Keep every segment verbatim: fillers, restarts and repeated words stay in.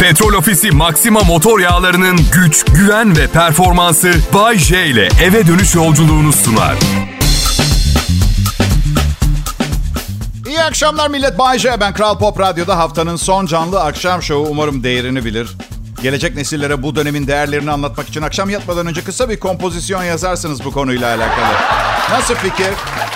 Petrol Ofisi Maxima motor yağlarının güç, güven ve performansı Bay J ile eve dönüş yolculuğunu sunar. İyi akşamlar millet. Bay J, ben Kral Pop Radyo'da haftanın son canlı akşam şovu. Umarım değerini bilir. Gelecek nesillere bu dönemin değerlerini anlatmak için akşam yatmadan önce kısa bir kompozisyon yazarsınız bu konuyla alakalı. Nasıl fikir?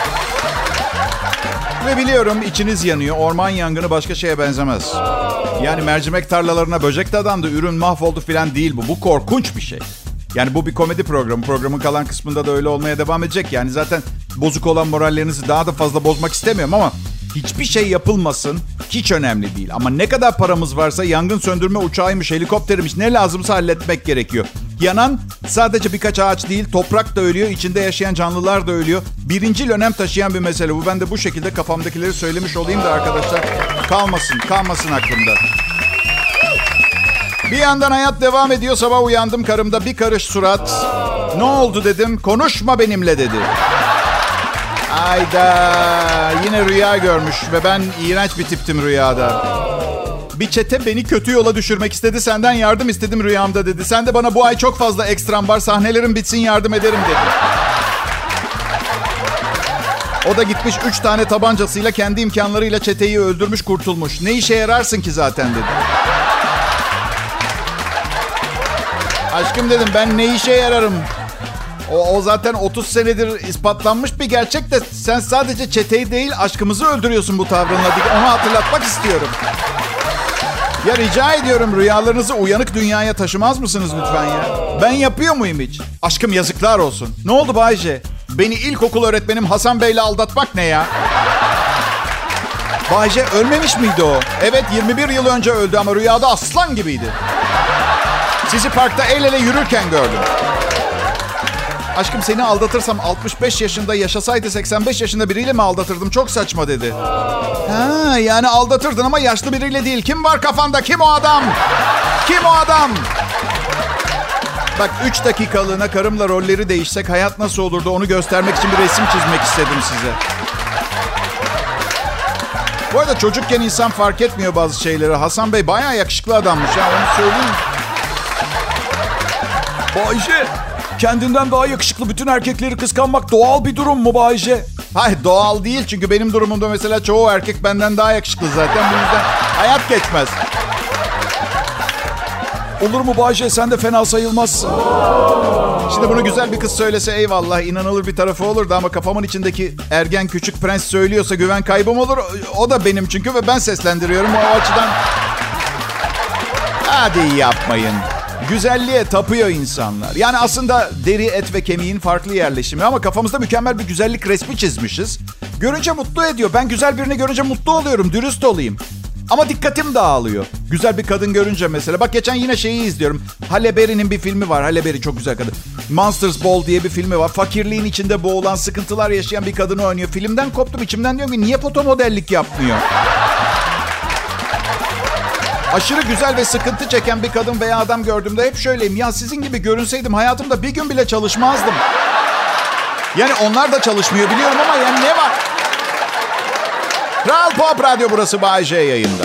Ve biliyorum içiniz yanıyor. Orman yangını başka şeye benzemez. Yani mercimek tarlalarına böcek dadandı, ürün mahvoldu filan değil bu. Bu korkunç bir şey. Yani bu bir komedi programı. Programın kalan kısmında da öyle olmaya devam edecek. Yani zaten bozuk olan morallerinizi daha da fazla bozmak istemiyorum ama hiçbir şey yapılmasın hiç önemli değil. Ama ne kadar paramız varsa yangın söndürme uçağıymış, helikoptermiş, ne lazımsa halletmek gerekiyor. Yanan sadece birkaç ağaç değil, toprak da ölüyor, içinde yaşayan canlılar da ölüyor. Birincil önem taşıyan bir mesele bu. Ben de bu şekilde kafamdakileri söylemiş olayım da arkadaşlar kalmasın, kalmasın aklımda. Bir yandan hayat devam ediyor. Sabah uyandım, karımda bir karış surat. Ne oldu dedim, konuşma benimle dedi. Ayda yine rüya görmüş ve ben iğrenç bir tiptim rüyada. Bir çete beni kötü yola düşürmek istedi. Senden yardım istedim rüyamda dedi. Sen de bana bu ay çok fazla ekstram var. Sahnelerim bitsin yardım ederim dedi. O da gitmiş üç tane tabancasıyla kendi imkanlarıyla çeteyi öldürmüş kurtulmuş. Ne işe yararsın ki zaten dedi. Aşkım dedim, ben ne işe yararım? O, o zaten otuz senedir ispatlanmış bir gerçek de sen sadece çeteyi değil aşkımızı öldürüyorsun bu tavrınla. Onu hatırlatmak istiyorum. Ya rica ediyorum, rüyalarınızı uyanık dünyaya taşımaz mısınız lütfen ya? Ben yapıyor muyum hiç? Aşkım yazıklar olsun. Ne oldu Bayce? Beni ilkokul öğretmenim Hasan Bey'le aldatmak ne ya? Bayce ölmemiş miydi o? Evet, yirmi bir yıl önce öldü ama rüyada aslan gibiydi. Sizi parkta el ele yürürken gördüm. Aşkım seni aldatırsam altmış beş yaşında yaşasaydı seksen beş yaşında biriyle mi aldatırdım? Çok saçma dedi. Ha, yani aldatırdın ama yaşlı biriyle değil. Kim var kafanda? Kim o adam? Kim o adam? Bak üç dakikalığına karımla rolleri değişsek hayat nasıl olurdu onu göstermek için bir resim çizmek istedim size. Bu arada çocukken insan fark etmiyor bazı şeyleri. Hasan Bey bayağı yakışıklı adammış ya, onu söyleyeyim. Bayce, kendinden daha yakışıklı bütün erkekleri kıskanmak doğal bir durum mu Bayce? Hayır, doğal değil çünkü benim durumumda mesela çoğu erkek benden daha yakışıklı zaten. Bu yüzden hayat geçmez. Olur mu Bayce, sen de fena sayılmazsın. Şimdi bunu güzel bir kız söylese eyvallah, inanılır bir tarafı olurdu ama kafamın içindeki ergen küçük prens söylüyorsa güven kaybım olur. O da benim çünkü ve ben seslendiriyorum o açıdan. Hadi yapmayın. Güzelliğe tapıyor insanlar. Yani aslında deri, et ve kemiğin farklı yerleşimi ama kafamızda mükemmel bir güzellik resmi çizmişiz. Görünce mutlu ediyor. Ben güzel birini görünce mutlu oluyorum, dürüst olayım. Ama dikkatim dağılıyor. Güzel bir kadın görünce mesela. Bak geçen yine şeyi izliyorum. Halle Berry'nin bir filmi var. Halle Berry çok güzel kadın. Monsters Ball diye bir filmi var. Fakirliğin içinde boğulan, sıkıntılar yaşayan bir kadını oynuyor. Filmden koptum, içimden diyorum ki niye foto modellik yapmıyor? Aşırı güzel ve sıkıntı çeken bir kadın veya adam gördüğümde hep şöyleyim. Ya sizin gibi görünseydim hayatımda bir gün bile çalışmazdım. Yani onlar da çalışmıyor biliyorum ama yani ne var? Kral Pop Radyo, burası Bay J yayında.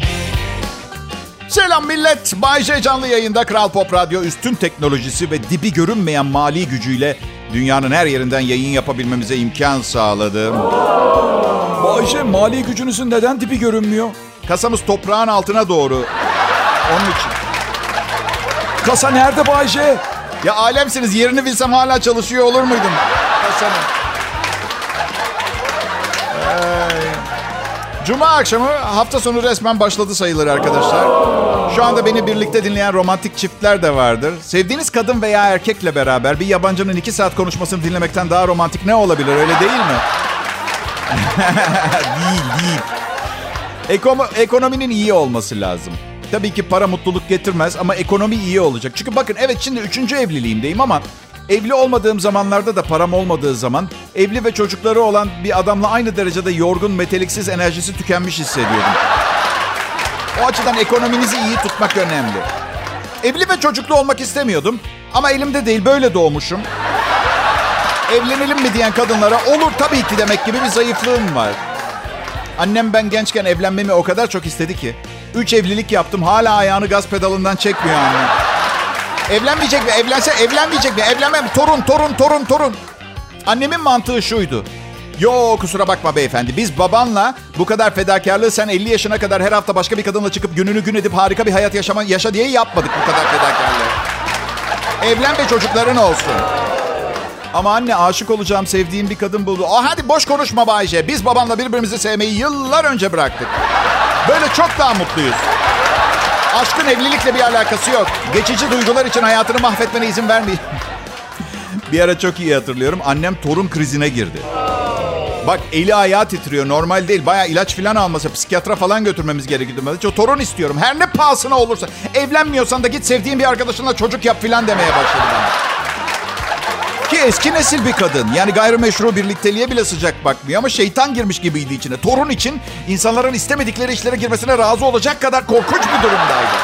Selam millet. Bay J canlı yayında. Kral Pop Radyo üstün teknolojisi ve dibi görünmeyen mali gücüyle dünyanın her yerinden yayın yapabilmemize imkan sağladı. Bay J, mali gücünüzün neden dibi görünmüyor? Kasamız toprağın altına doğru. Onun için. Kasa nerede Bay J? Ya alemsiniz, yerini bilsem hala çalışıyor olur muydum? Kasanın. Ee, Cuma akşamı, hafta sonu resmen başladı sayılır arkadaşlar. Şu anda beni birlikte dinleyen romantik çiftler de vardır. Sevdiğiniz kadın veya erkekle beraber bir yabancının iki saat konuşmasını dinlemekten daha romantik ne olabilir, öyle değil mi? Değil, değil. Eko- ekonominin iyi olması lazım. Tabii ki para mutluluk getirmez ama ekonomi iyi olacak. Çünkü bakın, evet şimdi üçüncü evliliğimdeyim ama evli olmadığım zamanlarda da param olmadığı zaman evli ve çocukları olan bir adamla aynı derecede yorgun, meteliksiz, enerjisi tükenmiş hissediyordum. O açıdan ekonominizi iyi tutmak önemli. Evli ve çocuklu olmak istemiyordum ama elimde değil, böyle doğmuşum. Evlenelim mi diyen kadınlara olur tabii ki demek gibi bir zayıflığım var. Annem ben gençken evlenmemi o kadar çok istedi ki Üç evlilik yaptım. Hala ayağını gaz pedalından çekmiyor annem. Evlenmeyecek mi? Evlense evlenmeyecek mi? Evlenmem. Torun, torun, torun, torun. Annemin mantığı şuydu. Yo, kusura bakma beyefendi. Biz babanla bu kadar fedakarlığı sen elli yaşına kadar her hafta başka bir kadınla çıkıp gününü gün edip harika bir hayat yaşama, yaşa diye yapmadık bu kadar fedakarlığı. Evlen ve çocukların olsun. Ama anne, aşık olacağım, sevdiğim bir kadın buldu. Oh, hadi boş konuşma Bayce. Biz babanla birbirimizi sevmeyi yıllar önce bıraktık. Böyle çok daha mutluyuz. Aşkın evlilikle bir alakası yok. Geçici duygular için hayatını mahvetmene izin vermeyin. Bir ara çok iyi hatırlıyorum. Annem torun krizine girdi. Bak, eli ayağı titriyor. Normal değil. Bayağı ilaç falan almasa, psikiyatra falan götürmemiz gerekiyordu. Çok torun istiyorum. Her ne pahasına olursa. Evlenmiyorsan da git sevdiğin bir arkadaşınla çocuk yap falan demeye başladı bana. Ki eski nesil bir kadın. Yani gayrimeşru birlikteliğe bile sıcak bakmıyor. Ama şeytan girmiş gibiydi içine. Torun için insanların istemedikleri işlere girmesine razı olacak kadar korkunç bir durumdaydı.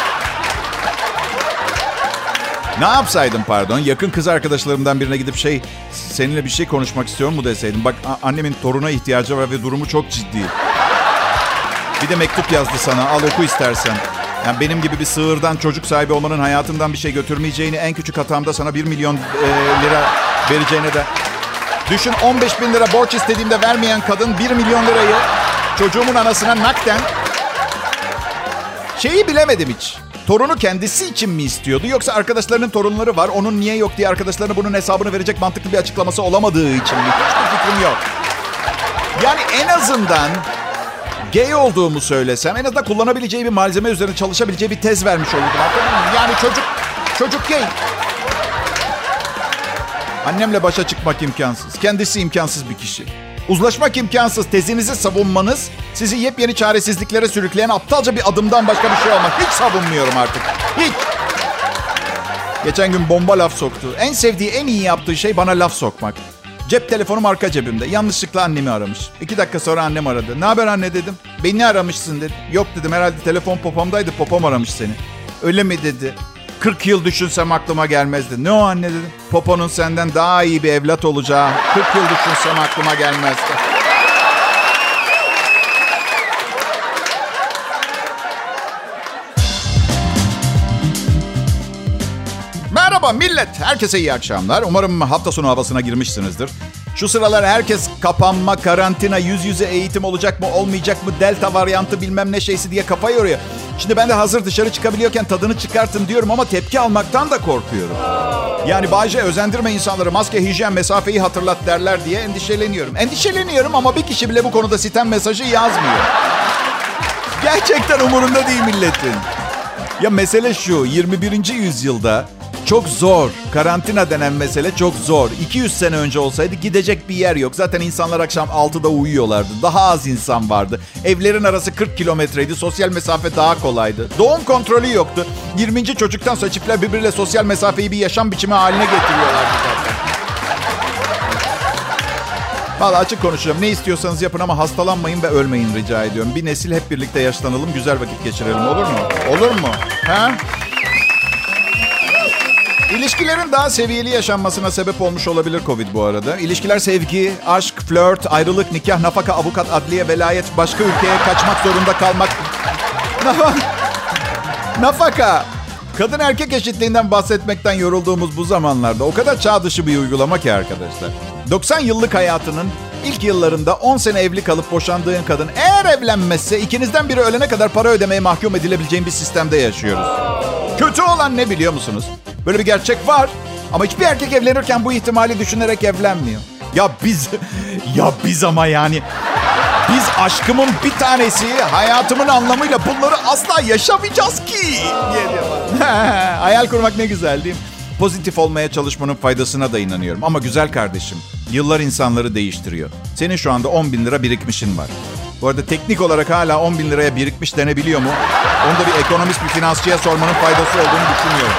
Ne yapsaydım pardon? Yakın kız arkadaşlarımdan birine gidip şey, seninle bir şey konuşmak istiyorum mu deseydim. Bak, annemin toruna ihtiyacı var ve durumu çok ciddi. Bir de mektup yazdı sana, al oku istersen. Yani benim gibi bir sığırdan çocuk sahibi olmanın hayatından bir şey götürmeyeceğini, en küçük hatamda sana bir milyon e, lira vereceğine de. Düşün, on beş bin lira borç istediğimde vermeyen kadın bir milyon lirayı çocuğumun anasına nakden. Şeyi bilemedim hiç. Torunu kendisi için mi istiyordu, yoksa arkadaşlarının torunları var, onun niye yok diye arkadaşlarına bunun hesabını verecek mantıklı bir açıklaması olamadığı için mi? Hiçbir fikrim yok. Yani en azından gay olduğumu söylesem, en azından kullanabileceği bir malzeme üzerine çalışabileceği bir tez vermiş olurdum. Yani çocuk, çocuk gay. Annemle başa çıkmak imkansız. Kendisi imkansız bir kişi. Uzlaşmak imkansız. Tezinizi savunmanız sizi yepyeni çaresizliklere sürükleyen aptalca bir adımdan başka bir şey olmaz. Hiç savunmuyorum artık. Hiç. Geçen gün bomba laf soktu. En sevdiği, en iyi yaptığı şey bana laf sokmak. Cep telefonum arka cebimde. Yanlışlıkla annemi aramış. İki dakika sonra annem aradı. Ne haber anne dedim. Beni aramışsın dedi. Yok dedim, herhalde telefon popomdaydı. Popom aramış seni. Öyle mi dedi. kırk yıl düşünsem aklıma gelmezdi. Ne o anne dedim. Poponun senden daha iyi bir evlat olacağı. kırk yıl düşünsem aklıma gelmezdi. Merhaba millet. Herkese iyi akşamlar. Umarım hafta sonu havasına girmişsinizdir. Şu sıralar herkes kapanma, karantina, yüz yüze eğitim olacak mı, olmayacak mı, delta varyantı bilmem ne şeysi diye kafa yoruyor. Şimdi ben de hazır dışarı çıkabiliyorken tadını çıkartın diyorum ama tepki almaktan da korkuyorum. Yani Bayce, özendirme insanları, maske, hijyen, mesafeyi hatırlat derler diye endişeleniyorum. Endişeleniyorum ama bir kişi bile bu konuda sitem mesajı yazmıyor. Gerçekten umurunda değil milletin. Ya mesele şu, yirmi birinci yüzyılda çok zor. Karantina denen mesele çok zor. iki yüz sene önce olsaydı gidecek bir yer yok. Zaten insanlar akşam altıda uyuyorlardı. Daha az insan vardı. Evlerin arası kırk kilometreydi. Sosyal mesafe daha kolaydı. Doğum kontrolü yoktu. yirminci çocuktan sonra çiftler birbiriyle sosyal mesafeyi bir yaşam biçimi haline getiriyorlardı zaten. Vallahi açık konuşacağım. Ne istiyorsanız yapın ama hastalanmayın ve ölmeyin rica ediyorum. Bir nesil hep birlikte yaşlanalım, güzel vakit geçirelim. Olur mu? Olur mu? Ha? İlişkilerin daha seviyeli yaşanmasına sebep olmuş olabilir Covid bu arada. İlişkiler sevgi, aşk, flört, ayrılık, nikah, nafaka, avukat, adliye, velayet, başka ülkeye kaçmak zorunda kalmak. Nafaka. Kadın erkek eşitliğinden bahsetmekten yorulduğumuz bu zamanlarda o kadar çağ dışı bir uygulama ki arkadaşlar. doksan yıllık hayatının ilk yıllarında on sene evli kalıp boşandığın kadın eğer evlenmezse ikinizden biri ölene kadar para ödemeye mahkum edilebileceğin bir sistemde yaşıyoruz. Kötü olan ne biliyor musunuz? Böyle bir gerçek var ama hiçbir erkek evlenirken bu ihtimali düşünerek evlenmiyor. Ya biz, ya biz ama yani biz aşkımın bir tanesi, hayatımın anlamıyla bunları asla yaşamayacağız ki diye diyorlar. Hayal kurmak ne güzel değil mi? Pozitif olmaya çalışmanın faydasına da inanıyorum. Ama güzel kardeşim, yıllar insanları değiştiriyor. Senin şu anda on bin lira birikmişin var. Bu arada teknik olarak hala on bin liraya birikmiş denebiliyor mu? Onu da bir ekonomist, bir finansçıya sormanın faydası olduğunu düşünüyorum.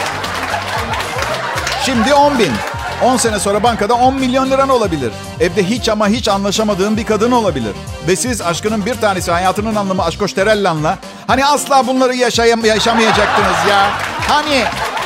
Şimdi on bin. on sene sonra bankada on milyon liran olabilir. Evde hiç ama hiç anlaşamadığın bir kadın olabilir. Ve siz aşkının bir tanesi, hayatının anlamı Aşkoş Terellan'la hani asla bunları yaşayam- yaşamayacaktınız ya. Hani...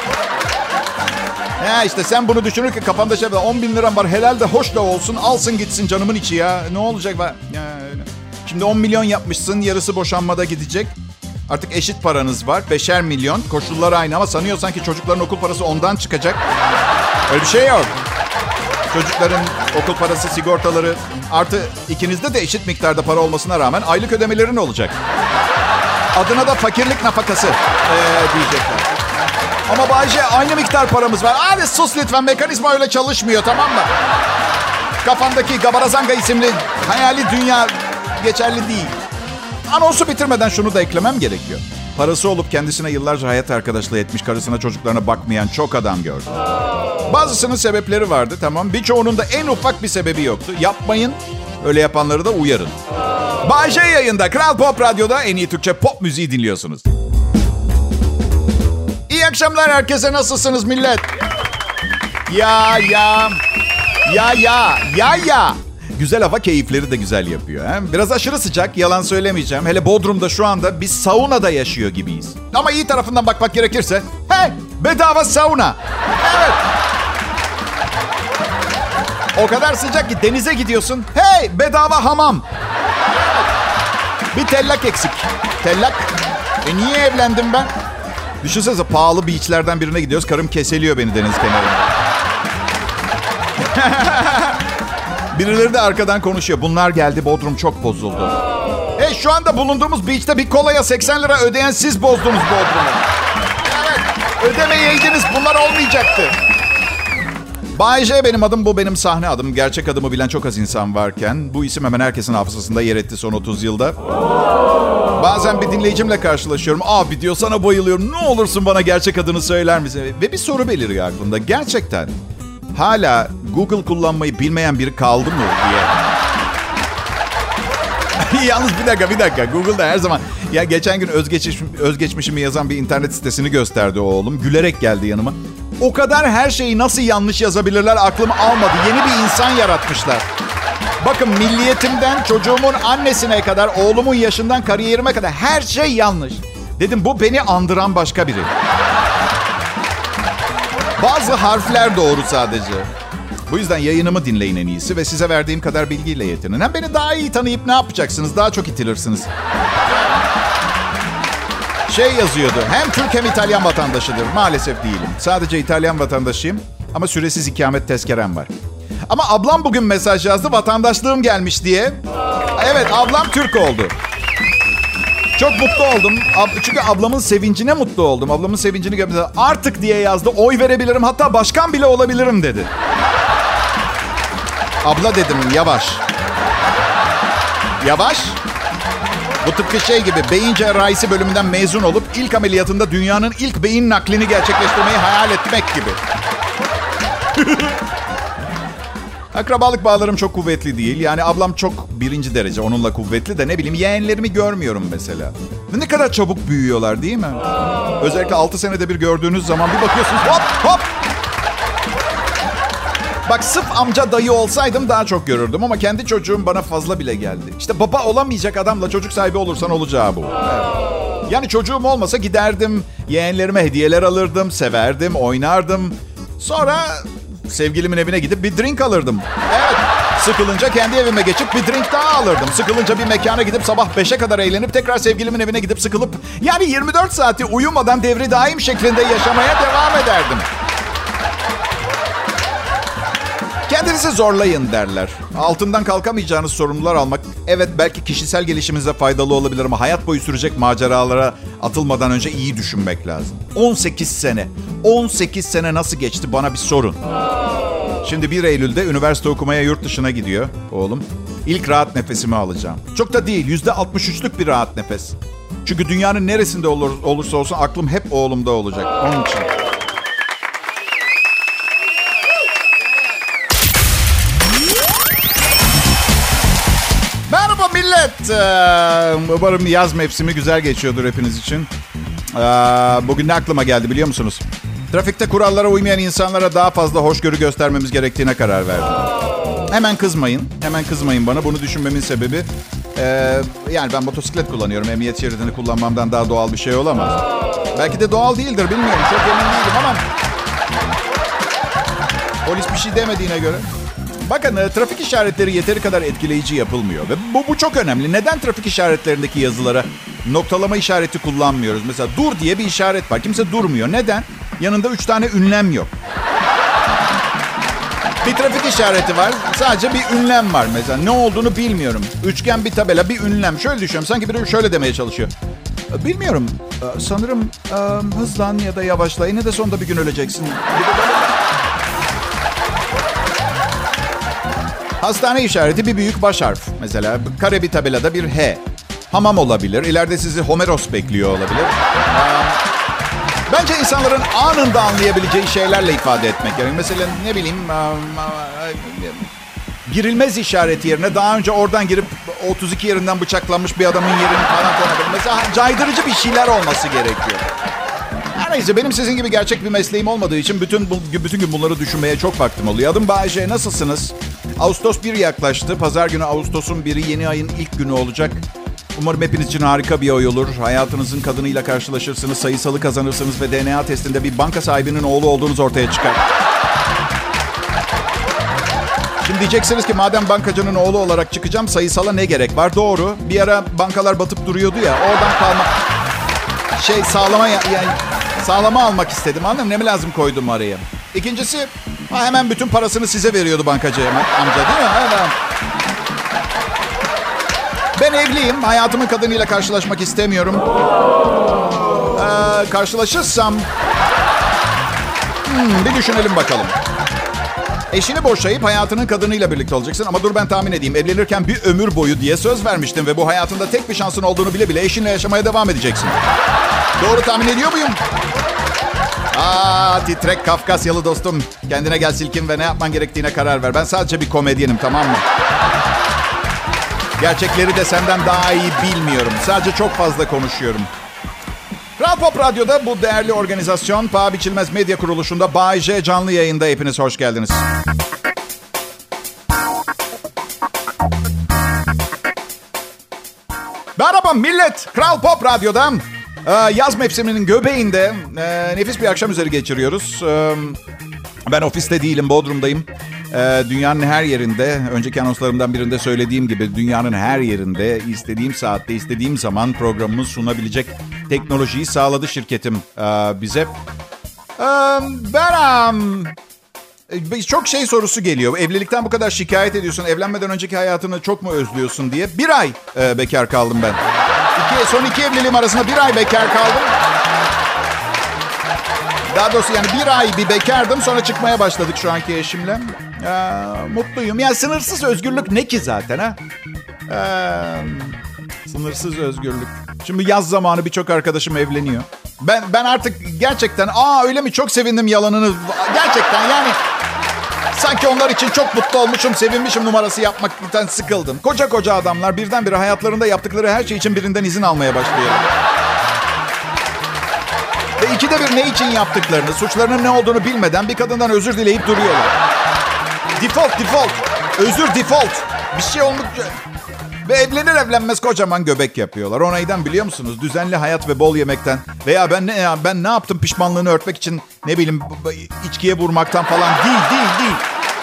Ya işte sen bunu düşünürken kafanda şey var. on bin liram var, helal de hoş da olsun, alsın gitsin canımın içi ya. Ne olacak? Ya, şimdi on milyon yapmışsın, yarısı boşanmada gidecek. Artık eşit paranız var. Beşer milyon. Koşullar aynı ama sanıyorsan ki çocukların okul parası ondan çıkacak. Öyle bir şey yok. Çocukların okul parası, sigortaları artı ikinizde de eşit miktarda para olmasına rağmen aylık ödemelerin olacak. Adına da fakirlik nafakası ee, diyecekler. Ama Bayce aynı miktar paramız var. Hadi sus lütfen, mekanizma öyle çalışmıyor, tamam mı? Kafandaki Gabarazanga isimli hayali dünya geçerli değil. Anonsu bitirmeden şunu da eklemem gerekiyor. Parası olup kendisine yıllarca hayat arkadaşlığı etmiş, karısına çocuklarına bakmayan çok adam gördüm. Bazısının sebepleri vardı, tamam. Birçoğunun da en ufak bir sebebi yoktu. Yapmayın, öyle yapanları da uyarın. Bay J yayında, Kral Pop Radyo'da en iyi Türkçe pop müziği dinliyorsunuz. İyi akşamlar herkese, nasılsınız millet? Ya ya, ya ya, ya ya. Güzel hava keyifleri de güzel yapıyor. He? Biraz aşırı sıcak, yalan söylemeyeceğim. Hele Bodrum'da şu anda biz saunada yaşıyor gibiyiz. Ama iyi tarafından bakmak gerekirse, hey, bedava sauna. Evet. O kadar sıcak ki denize gidiyorsun. Hey, bedava hamam. Bir tellak eksik. Tellak. E niye evlendim ben? Düşünsenize, pahalı beachlerden birine gidiyoruz. Karım keseliyor beni deniz kenarında. Birileri de arkadan konuşuyor. Bunlar geldi, Bodrum çok bozuldu. E şu anda bulunduğumuz beach'te bir kolaya seksen lira ödeyen siz bozdunuz Bodrum'u. Evet, ödemeyeydiniz, bunlar olmayacaktı. Bay J benim adım, bu benim sahne adım. Gerçek adımı bilen çok az insan varken bu isim hemen herkesin hafızasında yer etti son otuz yılda. Bazen bir dinleyicimle karşılaşıyorum. Abi diyor, sana bayılıyorum. Ne olursun bana gerçek adını söyler misin? Ve bir soru beliriyor aklımda. Gerçekten hala Google kullanmayı bilmeyen biri kaldı mı diye. Yalnız bir dakika bir dakika. Google'da her zaman... Ya geçen gün özgeçmiş, özgeçmişimi yazan bir internet sitesini gösterdi oğlum. Gülerek geldi yanıma. O kadar her şeyi nasıl yanlış yazabilirler aklım almadı. Yeni bir insan yaratmışlar. Bakın, milliyetimden çocuğumun annesine kadar, oğlumun yaşından kariyerime kadar her şey yanlış. Dedim, bu beni andıran başka biri. Bazı harfler doğru sadece. Bu yüzden yayınımı dinleyin en iyisi ve size verdiğim kadar bilgiyle yetinin. Hem beni daha iyi tanıyıp ne yapacaksınız? Daha çok itilirsiniz. Şey yazıyordu, hem Türk hem İtalyan vatandaşıdır. Maalesef değilim. Sadece İtalyan vatandaşıyım ama süresiz ikamet tezkerem var. Ama ablam bugün mesaj yazdı, vatandaşlığım gelmiş diye. Evet, ablam Türk oldu. Çok mutlu oldum. Çünkü ablamın sevincine mutlu oldum. Ablamın sevincini gördüm. Artık diye yazdı, oy verebilirim, hatta başkan bile olabilirim dedi. Abla dedim, yavaş. Yavaş. Bu tıpkı şey gibi, beyin cerrahisi bölümünden mezun olup ilk ameliyatında dünyanın ilk beyin naklini gerçekleştirmeyi hayal etmek gibi. Akrabalık bağlarım çok kuvvetli değil. Yani ablam çok birinci derece, onunla kuvvetli de ne bileyim, yeğenlerimi görmüyorum mesela. Ne kadar çabuk büyüyorlar değil mi? Özellikle altı senede bir gördüğünüz zaman bir bakıyorsunuz, hop hop. Bak, sırf amca dayı olsaydım daha çok görürdüm ama kendi çocuğum bana fazla bile geldi. İşte baba olamayacak adamla çocuk sahibi olursan olacağı bu. Evet. Yani çocuğum olmasa giderdim, yeğenlerime hediyeler alırdım, severdim, oynardım. Sonra sevgilimin evine gidip bir drink alırdım. Evet, sıkılınca kendi evime geçip bir drink daha alırdım. Sıkılınca bir mekana gidip sabah beşe kadar eğlenip tekrar sevgilimin evine gidip sıkılıp... Yani yirmi dört saati uyumadan devri daim şeklinde yaşamaya devam ederdim. Kendinizi zorlayın derler. Altından kalkamayacağınız sorumlular almak, evet belki kişisel gelişiminize faydalı olabilir ama hayat boyu sürecek maceralara atılmadan önce iyi düşünmek lazım. on sekiz sene. on sekiz sene nasıl geçti bana bir sorun. Şimdi bir Eylül'de üniversite okumaya yurt dışına gidiyor oğlum. İlk rahat nefesimi alacağım. Çok da değil, yüzde altmış üçlük bir rahat nefes. Çünkü dünyanın neresinde olur, olursa olsun aklım hep oğlumda olacak. Onun için. Merhaba millet. Umarım yaz mevsimi güzel geçiyordur hepiniz için. Bugün ne aklıma geldi biliyor musunuz? Trafikte kurallara uymayan insanlara daha fazla hoşgörü göstermemiz gerektiğine karar verdim. Hemen kızmayın. Hemen kızmayın bana. Bunu düşünmemin sebebi... Ee, yani ben motosiklet kullanıyorum. Emniyet şeridini kullanmamdan daha doğal bir şey olamaz. Belki de doğal değildir, bilmiyorum. Çok emin değilim ama... Polis bir şey demediğine göre... Bakın, trafik işaretleri yeteri kadar etkileyici yapılmıyor. Ve bu, bu çok önemli. Neden trafik işaretlerindeki yazılara Noktalama işareti kullanmıyoruz. Mesela dur diye bir işaret var. Kimse durmuyor. Neden? Yanında üç tane ünlem yok. Bir trafik işareti var. Sadece bir ünlem var mesela. Ne olduğunu bilmiyorum. Üçgen bir tabela, bir ünlem. Şöyle düşünüyorum. Sanki biri şöyle demeye çalışıyor. Bilmiyorum. Sanırım hızlan ya da yavaşla. Yine de sonunda bir gün öleceksin. Hastane işareti bir büyük baş harf. Mesela kare bir tabelada bir H. Hamam olabilir. İleride sizi Homeros bekliyor olabilir. Bence insanların anında anlayabileceği şeylerle ifade etmek gerekiyor. Mesela ne bileyim girilmez işareti yerine daha önce oradan girip otuz iki yerinden bıçaklanmış bir adamın yerini falan konabilir. Mesela caydırıcı bir şeyler olması gerekiyor. Her neyse benim sizin gibi gerçek bir mesleğim olmadığı için bütün bütün gün bunları düşünmeye çok vaktim oluyor. Adım Bayece, nasılsınız? Ağustos bir yaklaştı. Pazar günü Ağustos'un biri yeni ayın ilk günü olacak. Umarım hepiniz için harika bir ay olur. Hayatınızın kadınıyla karşılaşırsınız, sayısalı kazanırsınız ve D N A testinde bir banka sahibinin oğlu olduğunuz ortaya çıkar. Şimdi diyeceksiniz ki madem bankacının oğlu olarak çıkacağım sayısala ne gerek var? Doğru. Bir ara bankalar batıp duruyordu ya, oradan kalma şey sağlama yani sağlama almak istedim. Anladın mı? Ne mi lazım koydum araya? İkincisi ha, hemen bütün parasını size veriyordu bankacı hemen, amca değil mi? Evet. Ben evliyim. Hayatımın kadınıyla karşılaşmak istemiyorum. Ee, karşılaşırsam... Hmm, bir düşünelim bakalım. Eşini boşayıp hayatının kadınıyla birlikte olacaksın. Ama dur ben tahmin edeyim. Evlenirken bir ömür boyu diye söz vermiştin. Ve bu hayatında tek bir şansın olduğunu bile bile eşinle yaşamaya devam edeceksin. Doğru tahmin ediyor muyum? Aa, titrek Kafkasyalı dostum. Kendine gel Silkin ve ne yapman gerektiğine karar ver. Ben sadece bir komedyenim, tamam mı? Gerçekleri de senden daha iyi bilmiyorum. Sadece çok fazla konuşuyorum. Kral Pop Radyo'da bu değerli organizasyon Paha Biçilmez Medya Kuruluşu'nda Bay J canlı yayında. Hepiniz hoş geldiniz. Merhaba millet. Kral Pop Radyo'da yaz mevsiminin göbeğinde nefis bir akşam üzeri geçiriyoruz. Ben ofiste değilim, Bodrum'dayım. Dünyanın her yerinde, önceki anonslarımdan birinde söylediğim gibi dünyanın her yerinde istediğim saatte, istediğim zaman programımı sunabilecek teknolojiyi sağladı şirketim bize. Ben çok şey sorusu geliyor. Evlilikten bu kadar şikayet ediyorsun, evlenmeden önceki hayatını çok mu özlüyorsun diye. Bir ay bekar kaldım ben. İki, son iki evliliğim arasında bir ay bekar kaldım. Daha doğrusu yani bir ay bir bekardım, sonra çıkmaya başladık şu anki eşimle. Ee, mutluyum. Yani sınırsız özgürlük ne ki zaten ha? Ee, sınırsız özgürlük. Şimdi yaz zamanı birçok arkadaşım evleniyor. Ben ben artık gerçekten aa öyle mi çok sevindim yalanını. Gerçekten yani sanki onlar için çok mutlu olmuşum, sevinmişim numarası yapmaktan sıkıldım. Koca koca adamlar birdenbire hayatlarında yaptıkları her şey için birinden izin almaya başlıyor. Ve ikide bir ne için yaptıklarını, suçlarının ne olduğunu bilmeden bir kadından özür dileyip duruyorlar. Default, default. Özür default. Bir şey olmuşça. Ve evlenir evlenmez kocaman göbek yapıyorlar. O neyden biliyor musunuz? Düzenli hayat ve bol yemekten. Veya ben ne ya ben ne yaptım pişmanlığını örtmek için, ne bileyim içkiye vurmaktan falan değil, değil, değil.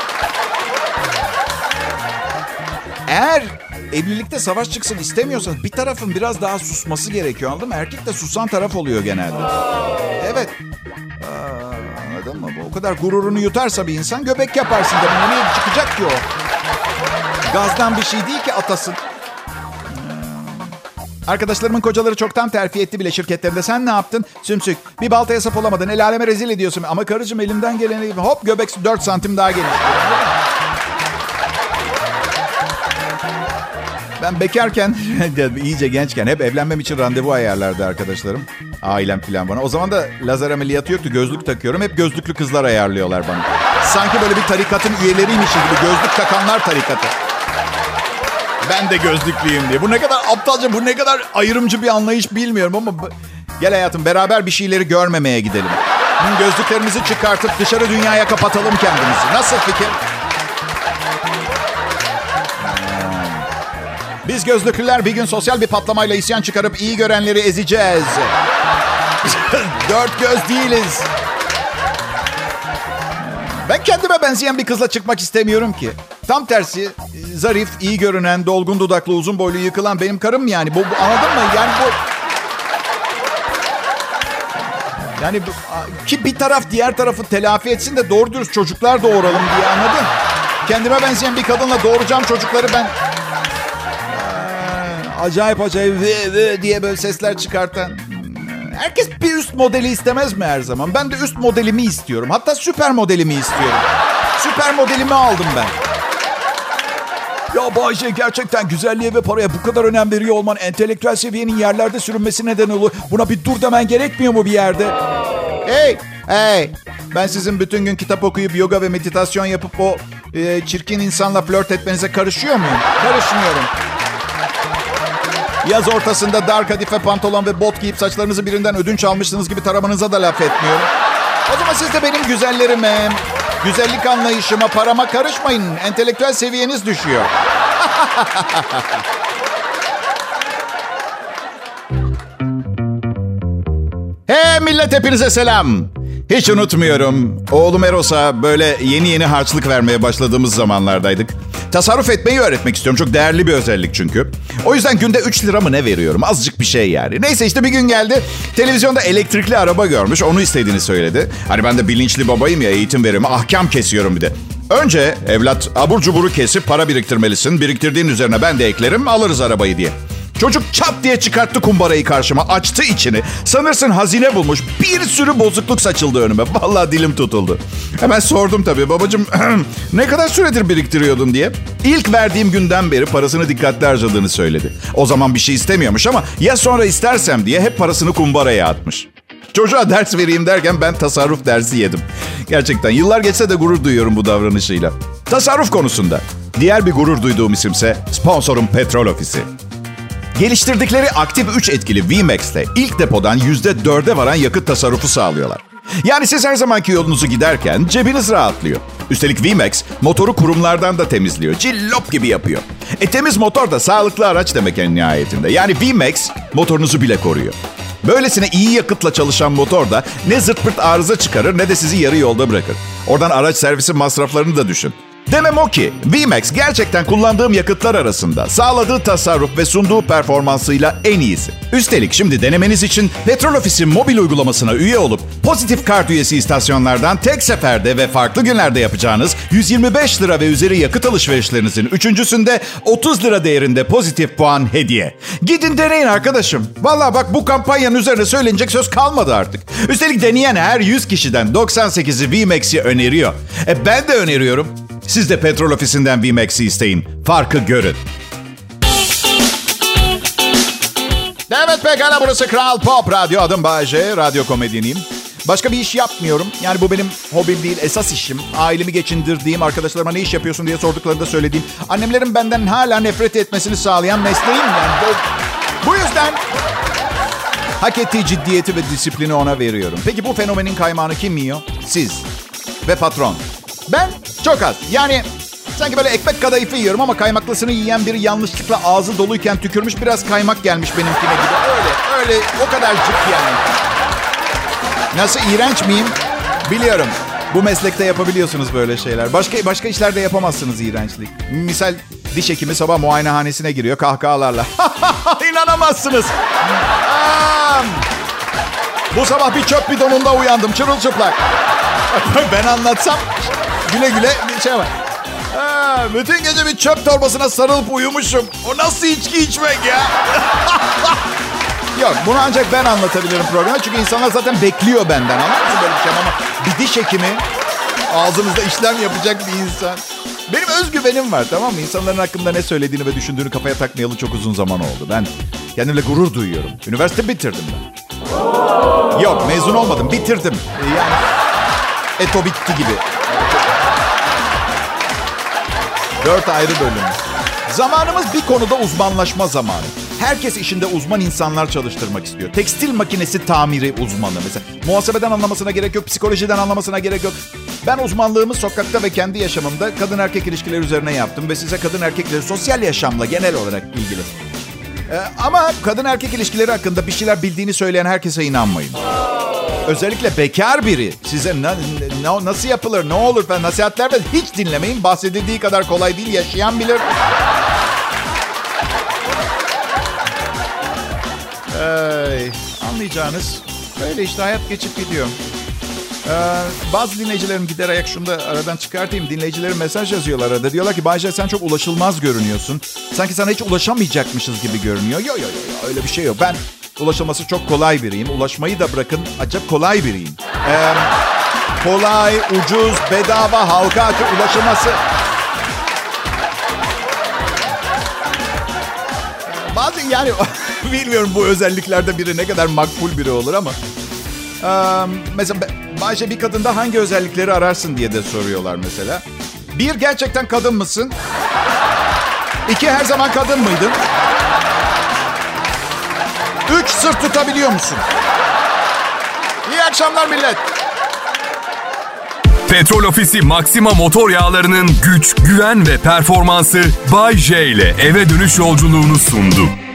Eğer evlilikte savaş çıksın istemiyorsanız bir tarafın biraz daha susması gerekiyor, anladın mı? Erkek de susan taraf oluyor genelde. Evet. Aa, anladın mı? O kadar gururunu yutarsa bir insan göbek yaparsın da nereye çıkacak ki o? Gazdan bir şey değil ki atasın. Arkadaşlarımın kocaları çoktan terfi etti bile şirketlerinde. Sen ne yaptın? Sümsük. Bir baltaya sap olamadın. El aleme rezil ediyorsun. Ama karıcığım elimden geleni hop göbek dört santim daha geniş. Ben bekarken, iyice gençken hep evlenmem için randevu ayarlardı arkadaşlarım. Ailem falan bana. O zaman da lazer ameliyatı yoktu. Gözlük takıyorum. Hep gözlüklü kızlar ayarlıyorlar bana. Sanki böyle bir tarikatın üyeleriymiş gibi. Gözlük takanlar tarikatı. Ben de gözlüklüyüm diye. Bu ne kadar aptalca, bu ne kadar ayrımcı bir anlayış bilmiyorum ama... Gel hayatım beraber bir şeyleri görmemeye gidelim. Gözlüklerimizi çıkartıp dışarı dünyaya kapatalım kendimizi. Nasıl fikir? Biz gözlüklüler bir gün sosyal bir patlamayla isyan çıkarıp iyi görenleri ezeceğiz. Dört göz değiliz. Ben kendime benzeyen bir kızla çıkmak istemiyorum ki. Tam tersi zarif, iyi görünen, dolgun dudaklı, uzun boylu, yıkılan benim karım yani. Bu, bu anladın mı? Yani bu Yani ki bir taraf diğer tarafı telafi etsin de doğru dürüst çocuklar doğuralım diye, anladın? Kendime benzeyen bir kadınla doğuracağım çocukları ben... Ee, acayip acayip vı vı diye böyle sesler çıkartan... Herkes bir üst modeli istemez mi her zaman? Ben de üst modelimi istiyorum. Hatta süper modelimi istiyorum. Süper modelimi aldım ben. Ya Bayce, gerçekten güzelliğe ve paraya bu kadar önem veriyor olman entelektüel seviyenin yerlerde sürünmesi neden olur. Buna bir dur demen gerekmiyor mu bir yerde? Hey, hey. Ben sizin bütün gün kitap okuyup yoga ve meditasyon yapıp o e, çirkin insanla flört etmenize karışıyor muyum? Karışmıyorum. Yaz ortasında dar kadife pantolon ve bot giyip saçlarınızı birinden ödünç almışsınız gibi taramanıza da laf etmiyorum. O zaman siz de benim güzellerime, güzellik anlayışıma, parama karışmayın. Entelektüel seviyeniz düşüyor. Hey millet, hepinize selam. Hiç unutmuyorum. Oğlum Eros'a böyle yeni yeni harçlık vermeye başladığımız zamanlardaydık. Tasarruf etmeyi öğretmek istiyorum. Çok değerli bir özellik çünkü. O yüzden günde üç lira mı ne veriyorum? Azıcık bir şey yani. Neyse işte bir gün geldi. Televizyonda elektrikli araba görmüş. Onu istediğini söyledi. Hani ben de bilinçli babayım ya, eğitim verimi ahkam kesiyorum bir de. Önce evlat abur cuburu kesip para biriktirmelisin. Biriktirdiğin üzerine ben de eklerim, alırız arabayı diye. Çocuk çat diye çıkarttı kumbarayı karşıma. Açtı içini. Sanırsın hazine bulmuş. Bir sürü bozukluk saçıldı önüme. Vallahi dilim tutuldu. Hemen sordum tabii. Babacığım ne kadar süredir biriktiriyordun diye. İlk verdiğim günden beri parasını dikkatli harcadığını söyledi. O zaman bir şey istemiyormuş ama ya sonra istersem diye hep parasını kumbaraya atmış. Çocuğa ders vereyim derken ben tasarruf dersi yedim. Gerçekten yıllar geçse de gurur duyuyorum bu davranışıyla. Tasarruf konusunda diğer bir gurur duyduğum isimse sponsorum Petrol Ofisi. Geliştirdikleri aktif üç etkili V-Max'te ilk depodan yüzde dörde varan yakıt tasarrufu sağlıyorlar. Yani siz her zamanki yolunuzu giderken cebiniz rahatlıyor. Üstelik V-Max motoru kurumlardan da temizliyor. Cillop gibi yapıyor. E temiz motor da sağlıklı araç demek en nihayetinde. Yani V-Max motorunuzu bile koruyor. Böylesine iyi yakıtla çalışan motor da ne zırt pırt arıza çıkarır ne de sizi yarı yolda bırakır. Oradan araç servisi masraflarını da düşün. Demem o ki V-Max gerçekten kullandığım yakıtlar arasında sağladığı tasarruf ve sunduğu performansıyla en iyisi. Üstelik şimdi denemeniz için Petrol Ofisi mobil uygulamasına üye olup pozitif kart üyesi istasyonlardan tek seferde ve farklı günlerde yapacağınız yüz yirmi beş lira ve üzeri yakıt alışverişlerinizin üçüncüsünde otuz lira değerinde pozitif puan hediye. Gidin deneyin arkadaşım. Vallahi bak, bu kampanyanın üzerine söylenecek söz kalmadı artık. Üstelik deneyen her yüz kişiden doksan sekizi V-Max'i öneriyor. E ben de öneriyorum. Siz de Petrol Ofisi'nden V-Max'i isteyin. Farkı görün. Evet pekala, burası Kral Pop Radyo. Adım Bayce, radyo komedyeniyim. Başka bir iş yapmıyorum. Yani bu benim hobim değil, esas işim. Ailemi geçindirdiğim, arkadaşlarıma ne iş yapıyorsun diye sorduklarında söylediğim, annemlerin benden hala nefret etmesini sağlayan mesleğim yani. Bu, bu yüzden hak ettiği ciddiyeti ve disiplini ona veriyorum. Peki bu fenomenin kaymağını kim yiyor? Siz ve patron. Ben çok az. Yani sanki böyle ekmek kadayıfı yiyorum ama kaymaklısını yiyen biri yanlışlıkla ağzı doluyken tükürmüş, biraz kaymak gelmiş benimkine gibi. Öyle, öyle o kadarcık yani. Nasıl, iğrenç miyim? Biliyorum. Bu meslekte yapabiliyorsunuz böyle şeyler. Başka başka işlerde yapamazsınız iğrençlik. Misal diş hekimi sabah muayenehanesine giriyor kahkahalarla. İnanamazsınız. Bu sabah bir çöp bidonunda uyandım çırılçıplak. Ben anlatsam güle güle bir şey var. Ha, bütün gece bir çöp torbasına sarılıp uyumuşum. O nasıl içki içmek ya? Yok, bunu ancak ben anlatabilirim programa. Çünkü insanlar zaten bekliyor benden. Anladın mı böyle bir şey? Ama bir diş hekimi ağzınızda işlem yapacak bir insan. Benim özgüvenim var, tamam mı? İnsanların hakkında ne söylediğini ve düşündüğünü kafaya takmayalı çok uzun zaman oldu. Ben kendimle gurur duyuyorum. Üniversite bitirdim ben. Yok, mezun olmadım. Bitirdim. Yani eto bitti gibi. Dört ayrı bölüm. Zamanımız bir konuda uzmanlaşma zamanı. Herkes işinde uzman insanlar çalıştırmak istiyor. Tekstil makinesi tamiri uzmanı mesela. Muhasebeden anlamasına gerek yok, psikolojiden anlamasına gerek yok. Ben uzmanlığımı sokakta ve kendi yaşamımda kadın erkek ilişkileri üzerine yaptım. Ve size kadın erkekleri sosyal yaşamla genel olarak ilgili. Ee, ama kadın erkek ilişkileri hakkında bir şeyler bildiğini söyleyen herkese inanmayın. Özellikle bekar biri size na, na, nasıl yapılır, ne olur falan nasihatler de hiç dinlemeyin. Bahsedildiği kadar kolay değil, yaşayan bilir. Ee, anlayacağınız Öyle işte hayat geçip gidiyor. Ee, bazı dinleyicilerim gider ayak şunu da aradan çıkartayım. Dinleyicilerim mesaj yazıyorlar arada. Diyorlar ki Bayce sen çok ulaşılmaz görünüyorsun. Sanki sana hiç ulaşamayacakmışız gibi görünüyor. Yok yok yok öyle bir şey yok. Ben ulaşılması çok kolay biriyim. Ulaşmayı da bırakın acayip kolay biriyim. Ee, kolay, ucuz, bedava, halka açık ulaşılması. Bazı yani bilmiyorum bu özelliklerde biri ne kadar makbul biri olur ama. Ee, mesela Bayce bir kadında hangi özellikleri ararsın diye de soruyorlar mesela. Bir, gerçekten kadın mısın? İki, her zaman kadın mıydın? Üç, sırt tutabiliyor musun? İyi akşamlar millet. Petrol Ofisi Maxima motor yağlarının güç, güven ve performansı Bay J ile eve dönüş yolculuğunu sundu.